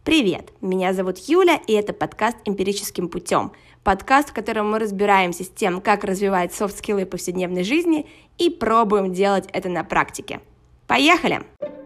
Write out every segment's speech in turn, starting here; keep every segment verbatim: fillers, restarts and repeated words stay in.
Привет, меня зовут Юля, и это подкаст «Эмпирическим путем». Подкаст, в котором мы разбираемся с тем, как развивать софт-скиллы в повседневной жизни и пробуем делать это на практике. Поехали!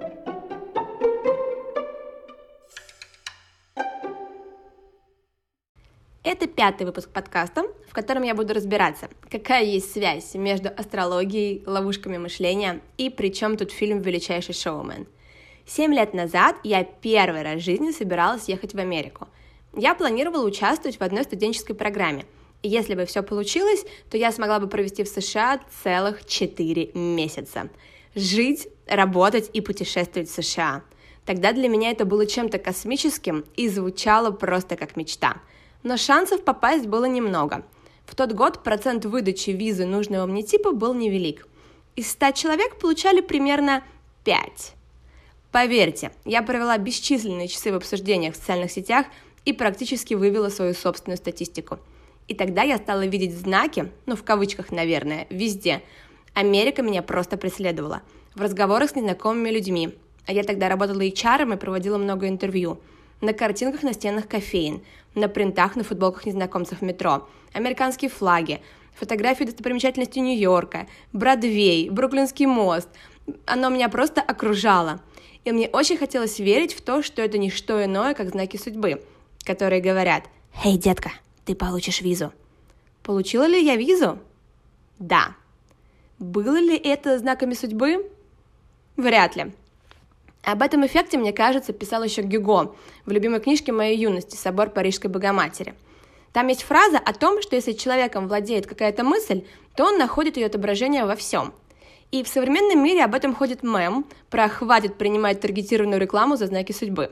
Это пятый выпуск подкаста, в котором я буду разбираться, какая есть связь между астрологией, ловушками мышления и при чем тут фильм «Величайший шоумен». Семь лет назад я первый раз в жизни собиралась ехать в Америку. Я планировала участвовать в одной студенческой программе, и если бы все получилось, то я смогла бы провести в США целых четыре месяца. Жить, работать и путешествовать в США. Тогда для меня это было чем-то космическим и звучало просто как мечта. Но шансов попасть было немного. В тот год процент выдачи визы нужного мне типа был невелик. Из ста человек получали примерно пять. Поверьте, я провела бесчисленные часы в обсуждениях в социальных сетях и практически вывела свою собственную статистику. И тогда я стала видеть знаки, ну в кавычках, наверное, везде. Америка меня просто преследовала. В разговорах с незнакомыми людьми. А я тогда работала эйч ар-ом и проводила много интервью. На картинках на стенах кофеин, на принтах на футболках незнакомцев в метро, американские флаги, фотографии достопримечательностей Нью-Йорка, Бродвей, Бруклинский мост. Оно меня просто окружало. И мне очень хотелось верить в то, что это не что иное, как знаки судьбы, которые говорят: «Эй, детка, ты получишь визу». Получила ли я визу? Да. Было ли это знаками судьбы? Вряд ли. Об этом эффекте, мне кажется, писал еще Гюго в любимой книжке моей юности «Собор Парижской Богоматери». Там есть фраза о том, что если человеком владеет какая-то мысль, то он находит ее отображение во всем. И в современном мире об этом ходит мем про «хватит принимать таргетированную рекламу за знаки судьбы».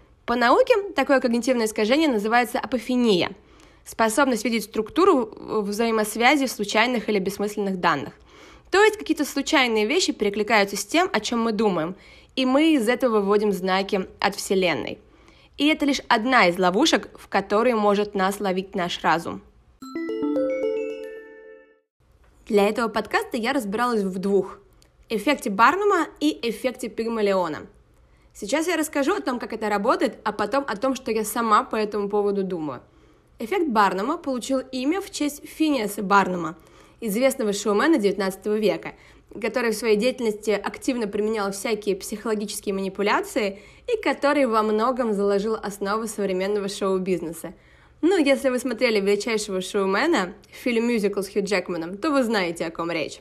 По науке такое когнитивное искажение называется апофения – способность видеть структуру взаимосвязи в случайных или бессмысленных данных. То есть какие-то случайные вещи перекликаются с тем, о чем мы думаем, и мы из этого выводим знаки от Вселенной. И это лишь одна из ловушек, в которой может нас ловить наш разум. Для этого подкаста я разбиралась в двух – эффекте Барнума и эффекте Пигмалиона. Сейчас я расскажу о том, как это работает, а потом о том, что я сама по этому поводу думаю. Эффект Барнума получил имя в честь Финиаса Барнума, известного шоумена девятнадцатого века, который в своей деятельности активно применял всякие психологические манипуляции и который во многом заложил основы современного шоу-бизнеса. Ну, если вы смотрели «Величайшего шоумена», фильм-мюзикл с Хью Джекманом, то вы знаете, о ком речь.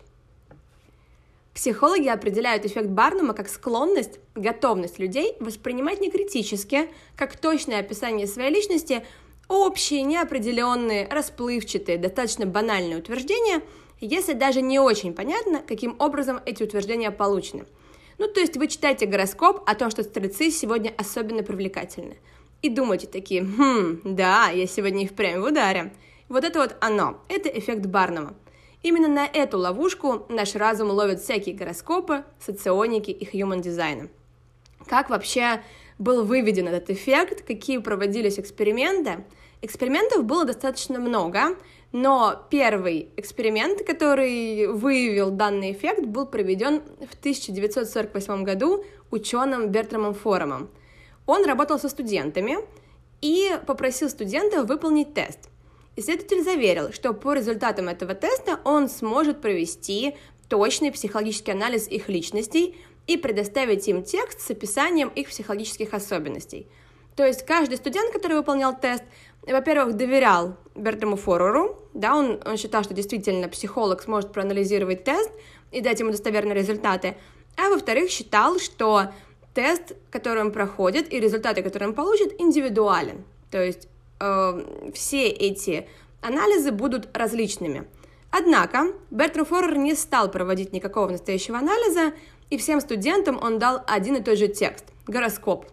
Психологи определяют эффект Барнума как склонность, готовность людей воспринимать не критически, как точное описание своей личности, общие, неопределенные, расплывчатые, достаточно банальные утверждения, если даже не очень понятно, каким образом эти утверждения получены. Ну, то есть вы читаете гороскоп о том, что стрельцы сегодня особенно привлекательны. И думаете такие: хм, да, я сегодня и впрямь в ударе. Вот это вот оно, это эффект Барнума. Именно на эту ловушку наш разум ловит всякие гороскопы, соционики и хьюман-дизайны. Как вообще был выведен этот эффект, какие проводились эксперименты? Экспериментов было достаточно много, но первый эксперимент, который выявил данный эффект, был проведен в тысяча девятьсот сорок восьмом году ученым Бертрамом Форумом. Он работал со студентами и попросил студентов выполнить тест. Исследователь заверил, что по результатам этого теста он сможет провести точный психологический анализ их личностей и предоставить им текст с описанием их психологических особенностей. То есть каждый студент, который выполнял тест, во-первых, доверял Бертраму Форуму, да, он, он считал, что действительно психолог сможет проанализировать тест и дать ему достоверные результаты, а во-вторых, считал, что тест, который он проходит, и результаты, которые он получит, индивидуален. То есть э, все эти анализы будут различными. Однако Бертрам Форер не стал проводить никакого настоящего анализа, и всем студентам он дал один и тот же текст – гороскоп.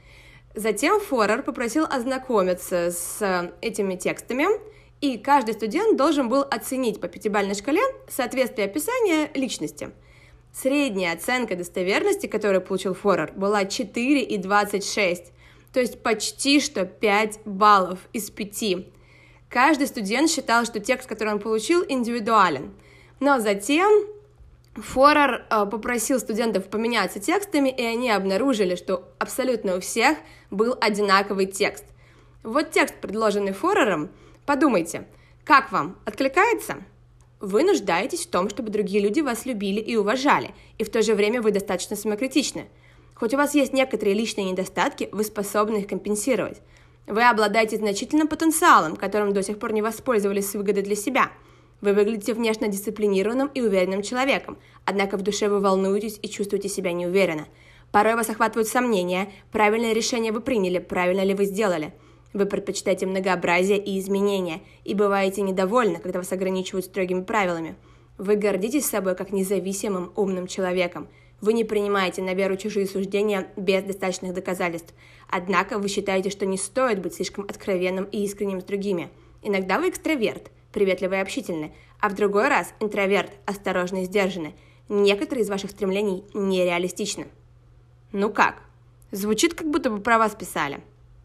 Затем Форер попросил ознакомиться с этими текстами, и каждый студент должен был оценить по пятибалльной шкале соответствие описания личности. Средняя оценка достоверности, которую получил Форер, была четыре и двадцать шесть, то есть почти что пять баллов из пяти. Каждый студент считал, что текст, который он получил, индивидуален. Но затем Форер э, попросил студентов поменяться текстами, и они обнаружили, что абсолютно у всех был одинаковый текст. Вот текст, предложенный Форером. Подумайте, как вам, откликается? Вы нуждаетесь в том, чтобы другие люди вас любили и уважали, и в то же время вы достаточно самокритичны. Хоть у вас есть некоторые личные недостатки, вы способны их компенсировать. Вы обладаете значительным потенциалом, которым до сих пор не воспользовались с выгодой для себя. Вы выглядите внешне дисциплинированным и уверенным человеком, однако в душе вы волнуетесь и чувствуете себя неуверенно. Порой вас охватывают сомнения, правильное решение вы приняли, правильно ли вы сделали. Вы предпочитаете многообразие и изменения, и бываете недовольны, когда вас ограничивают строгими правилами. Вы гордитесь собой как независимым, умным человеком. Вы не принимаете на веру чужие суждения без достаточных доказательств. Однако вы считаете, что не стоит быть слишком откровенным и искренним с другими. Иногда вы экстраверт, приветливый и общительный, а в другой раз интроверт, осторожный и сдержанный. Некоторые из ваших стремлений нереалистичны. Ну как? Звучит, как будто бы про вас писали.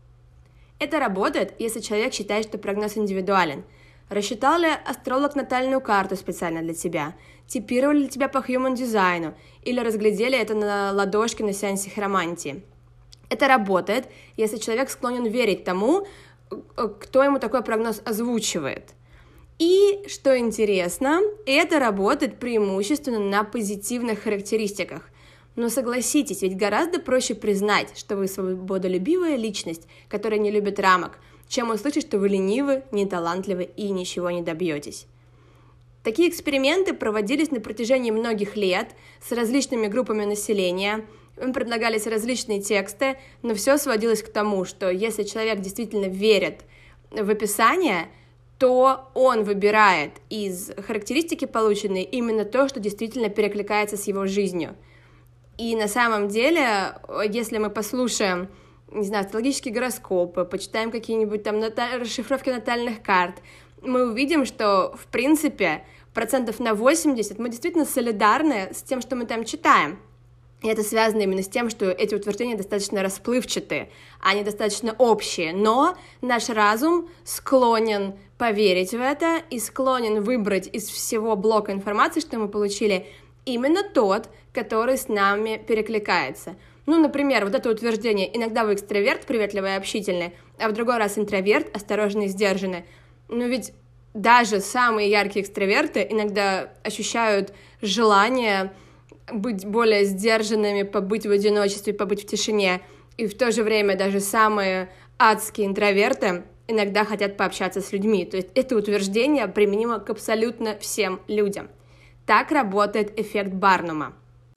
Это работает, если человек считает, что прогноз индивидуален. Рассчитал ли астролог натальную карту специально для тебя? Типировали ли тебя по human дизайну? Или разглядели это на ладошке на сеансе хиромантии? Это работает, если человек склонен верить тому, кто ему такой прогноз озвучивает. И, что интересно, это работает преимущественно на позитивных характеристиках. Но согласитесь, ведь гораздо проще признать, что вы свободолюбивая личность, которая не любит рамок, чем услышать, что вы ленивы, неталантливы и ничего не добьетесь. Такие эксперименты проводились на протяжении многих лет с различными группами населения. Им предлагались различные тексты, но все сводилось к тому, что если человек действительно верит в описание, то он выбирает из характеристики полученной именно то, что действительно перекликается с его жизнью. И на самом деле, если мы послушаем, не знаю, астрологические гороскопы, почитаем какие-нибудь там ната- расшифровки натальных карт, мы увидим, что, в принципе, процентов на восемьдесят мы действительно солидарны с тем, что мы там читаем. И это связано именно с тем, что эти утверждения достаточно расплывчатые, они достаточно общие, но наш разум склонен поверить в это и склонен выбрать из всего блока информации, что мы получили, именно тот, который с нами перекликается. Ну, например, вот это утверждение: иногда вы экстраверт, приветливый и общительный, а в другой раз интроверт, осторожный и сдержанный. Но ведь даже самые яркие экстраверты иногда ощущают желание быть более сдержанными, побыть в одиночестве, побыть в тишине. И в то же время даже самые адские интроверты иногда хотят пообщаться с людьми. То есть это утверждение применимо к абсолютно всем людям. Так работает эффект Барнума.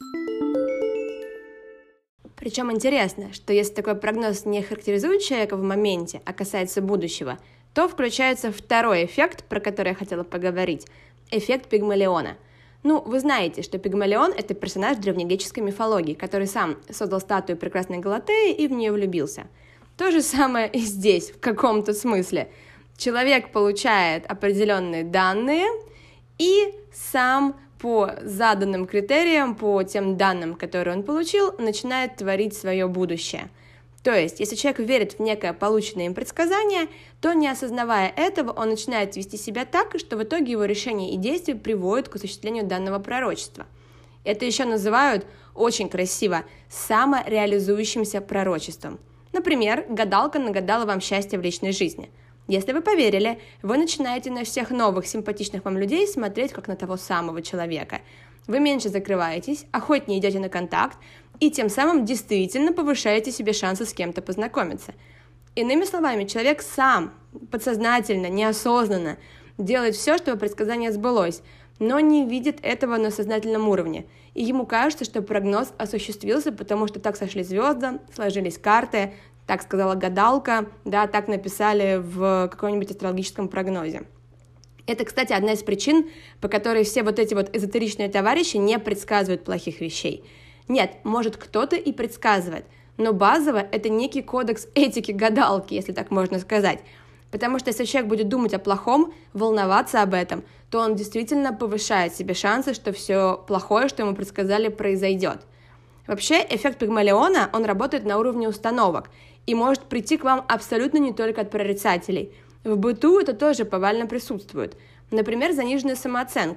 Причем интересно, что если такой прогноз не характеризует человека в моменте, а касается будущего, то включается второй эффект, про который я хотела поговорить – эффект Пигмалиона. Ну, вы знаете, что Пигмалион – это персонаж древнегреческой мифологии, который сам создал статую прекрасной Галатеи и в нее влюбился. То же самое и здесь, в каком-то смысле. Человек получает определенные данные и сам по заданным критериям, по тем данным, которые он получил, начинает творить свое будущее. То есть, если человек верит в некое полученное им предсказание, то, не осознавая этого, он начинает вести себя так, что в итоге его решения и действия приводят к осуществлению данного пророчества. Это еще называют очень красиво самореализующимся пророчеством. Например, гадалка нагадала вам счастье в личной жизни. Если вы поверили, вы начинаете на всех новых симпатичных вам людей смотреть как на того самого человека. Вы меньше закрываетесь, охотнее идете на контакт, и тем самым действительно повышаете себе шансы с кем-то познакомиться. Иными словами, человек сам, подсознательно, неосознанно делает все, чтобы предсказание сбылось, но не видит этого на сознательном уровне. И ему кажется, что прогноз осуществился, потому что так сошли звезды, сложились карты, так сказала гадалка, да, так написали в каком-нибудь астрологическом прогнозе. Это, кстати, одна из причин, по которой все вот эти вот эзотеричные товарищи не предсказывают плохих вещей. Нет, может, кто-то и предсказывает, но базово это некий кодекс этики гадалки, если так можно сказать. Потому что если человек будет думать о плохом, волноваться об этом, то он действительно повышает себе шансы, что все плохое, что ему предсказали, произойдет. Вообще, эффект Пигмалиона, он работает на уровне установок и может прийти к вам абсолютно не только от прорицателей. В быту это тоже повально присутствует. Например, заниженная самооценка.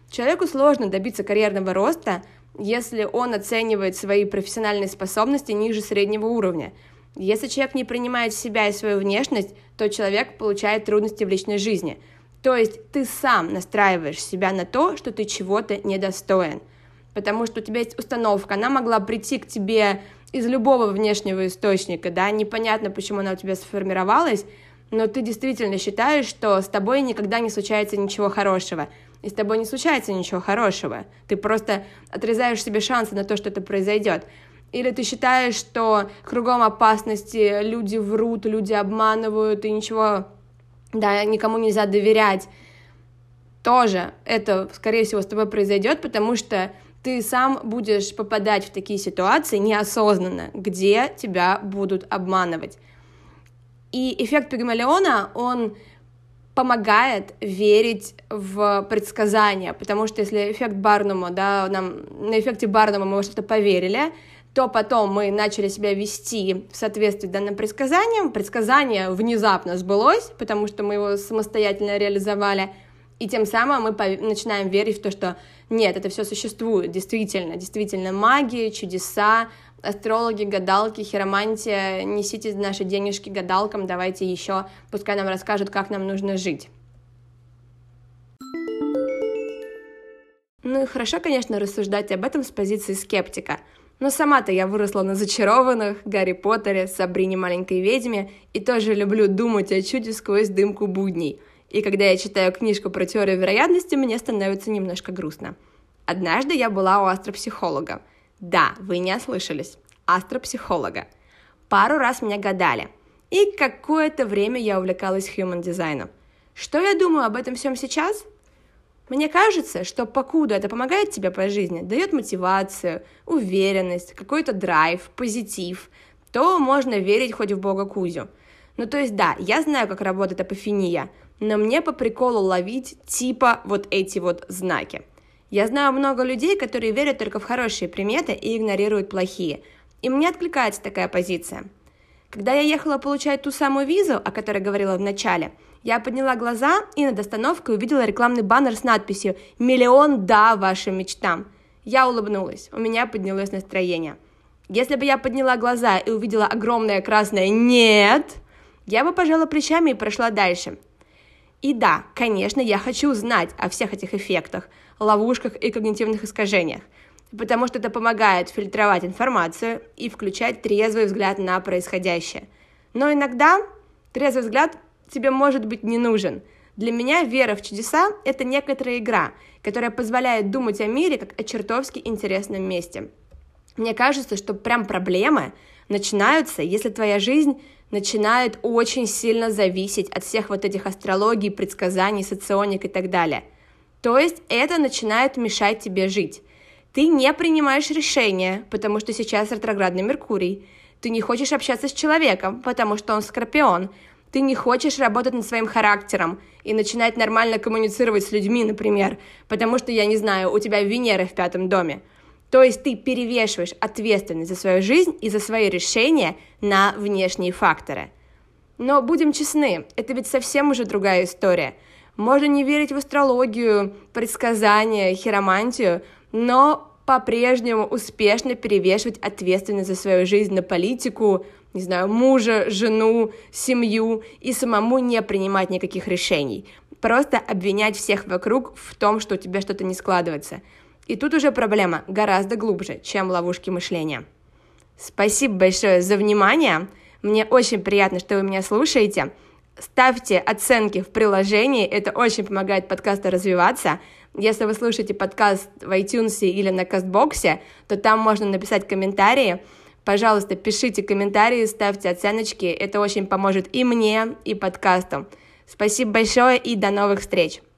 Человеку сложно добиться карьерного роста, если он оценивает свои профессиональные способности ниже среднего уровня. Если человек не принимает себя и свою внешность, то человек получает трудности в личной жизни. То есть ты сам настраиваешь себя на то, что ты чего-то недостоин. Потому что у тебя есть установка, она могла прийти к тебе из любого внешнего источника, да, непонятно, почему она у тебя сформировалась, но ты действительно считаешь, что с тобой никогда не случается ничего хорошего, и с тобой не случается ничего хорошего, ты просто отрезаешь себе шансы на то, что это произойдет. Или ты считаешь, что кругом опасности, люди врут, люди обманывают, и ничего, да, никому нельзя доверять. Тоже это, скорее всего, с тобой произойдет, потому что ты сам будешь попадать в такие ситуации неосознанно, где тебя будут обманывать. И эффект Пигмалиона, он помогает верить в предсказания, потому что если эффект Барнума, да, нам на эффекте Барнума мы во что-то поверили, то потом мы начали себя вести в соответствии с данным предсказанием, предсказание внезапно сбылось, потому что мы его самостоятельно реализовали, и тем самым мы начинаем верить в то, что нет, это все существует, действительно, действительно магия, чудеса, астрологи, гадалки, хиромантия, несите наши денежки гадалкам, давайте еще, пускай нам расскажут, как нам нужно жить. Ну и хорошо, конечно, рассуждать об этом с позиции скептика, но сама-то я выросла на «Зачарованных», Гарри Поттере, Сабрине маленькой ведьме и тоже люблю думать о чуде сквозь дымку будней. И когда я читаю книжку про теорию вероятности, мне становится немножко грустно. Однажды я была у астропсихолога. Да, вы не ослышались. Астропсихолога. Пару раз меня гадали. И какое-то время я увлекалась хьюман-дизайном. Что я думаю об этом всем сейчас? Мне кажется, что покуда это помогает тебе по жизни, дает мотивацию, уверенность, какой-то драйв, позитив, то можно верить хоть в бога Кузю. Ну то есть да, я знаю, как работает апофения, но мне по приколу ловить типа вот эти вот знаки. Я знаю много людей, которые верят только в хорошие приметы и игнорируют плохие. И мне откликается такая позиция. Когда я ехала получать ту самую визу, о которой говорила в начале, я подняла глаза и над остановкой увидела рекламный баннер с надписью «Миллион да вашим мечтам». Я улыбнулась, у меня поднялось настроение. Если бы я подняла глаза и увидела огромное красное «Нет», я бы пожала плечами и прошла дальше. И да, конечно, я хочу знать о всех этих эффектах, ловушках и когнитивных искажениях, потому что это помогает фильтровать информацию и включать трезвый взгляд на происходящее. Но иногда трезвый взгляд тебе может быть не нужен. Для меня вера в чудеса – это некоторая игра, которая позволяет думать о мире как о чертовски интересном месте. Мне кажется, что прям проблемы начинаются, если твоя жизнь начинает очень сильно зависеть от всех вот этих астрологий, предсказаний, соционик и так далее. То есть это начинает мешать тебе жить. Ты не принимаешь решения, потому что сейчас ретроградный Меркурий. Ты не хочешь общаться с человеком, потому что он скорпион. Ты не хочешь работать над своим характером и начинать нормально коммуницировать с людьми, например, потому что, я не знаю, у тебя Венера в пятом доме. То есть ты перевешиваешь ответственность за свою жизнь и за свои решения на внешние факторы. Но будем честны, это ведь совсем уже другая история. Можно не верить в астрологию, предсказания, хиромантию, но по-прежнему успешно перевешивать ответственность за свою жизнь на политику, не знаю, мужа, жену, семью и самому не принимать никаких решений. Просто обвинять всех вокруг в том, что у тебя что-то не складывается. И тут уже проблема гораздо глубже, чем ловушки мышления. Спасибо большое за внимание. Мне очень приятно, что вы меня слушаете. Ставьте оценки в приложении, это очень помогает подкасту развиваться. Если вы слушаете подкаст в iTunes или на Кастбоксе, то там можно написать комментарии. Пожалуйста, пишите комментарии, ставьте оценочки, это очень поможет и мне, и подкасту. Спасибо большое и до новых встреч!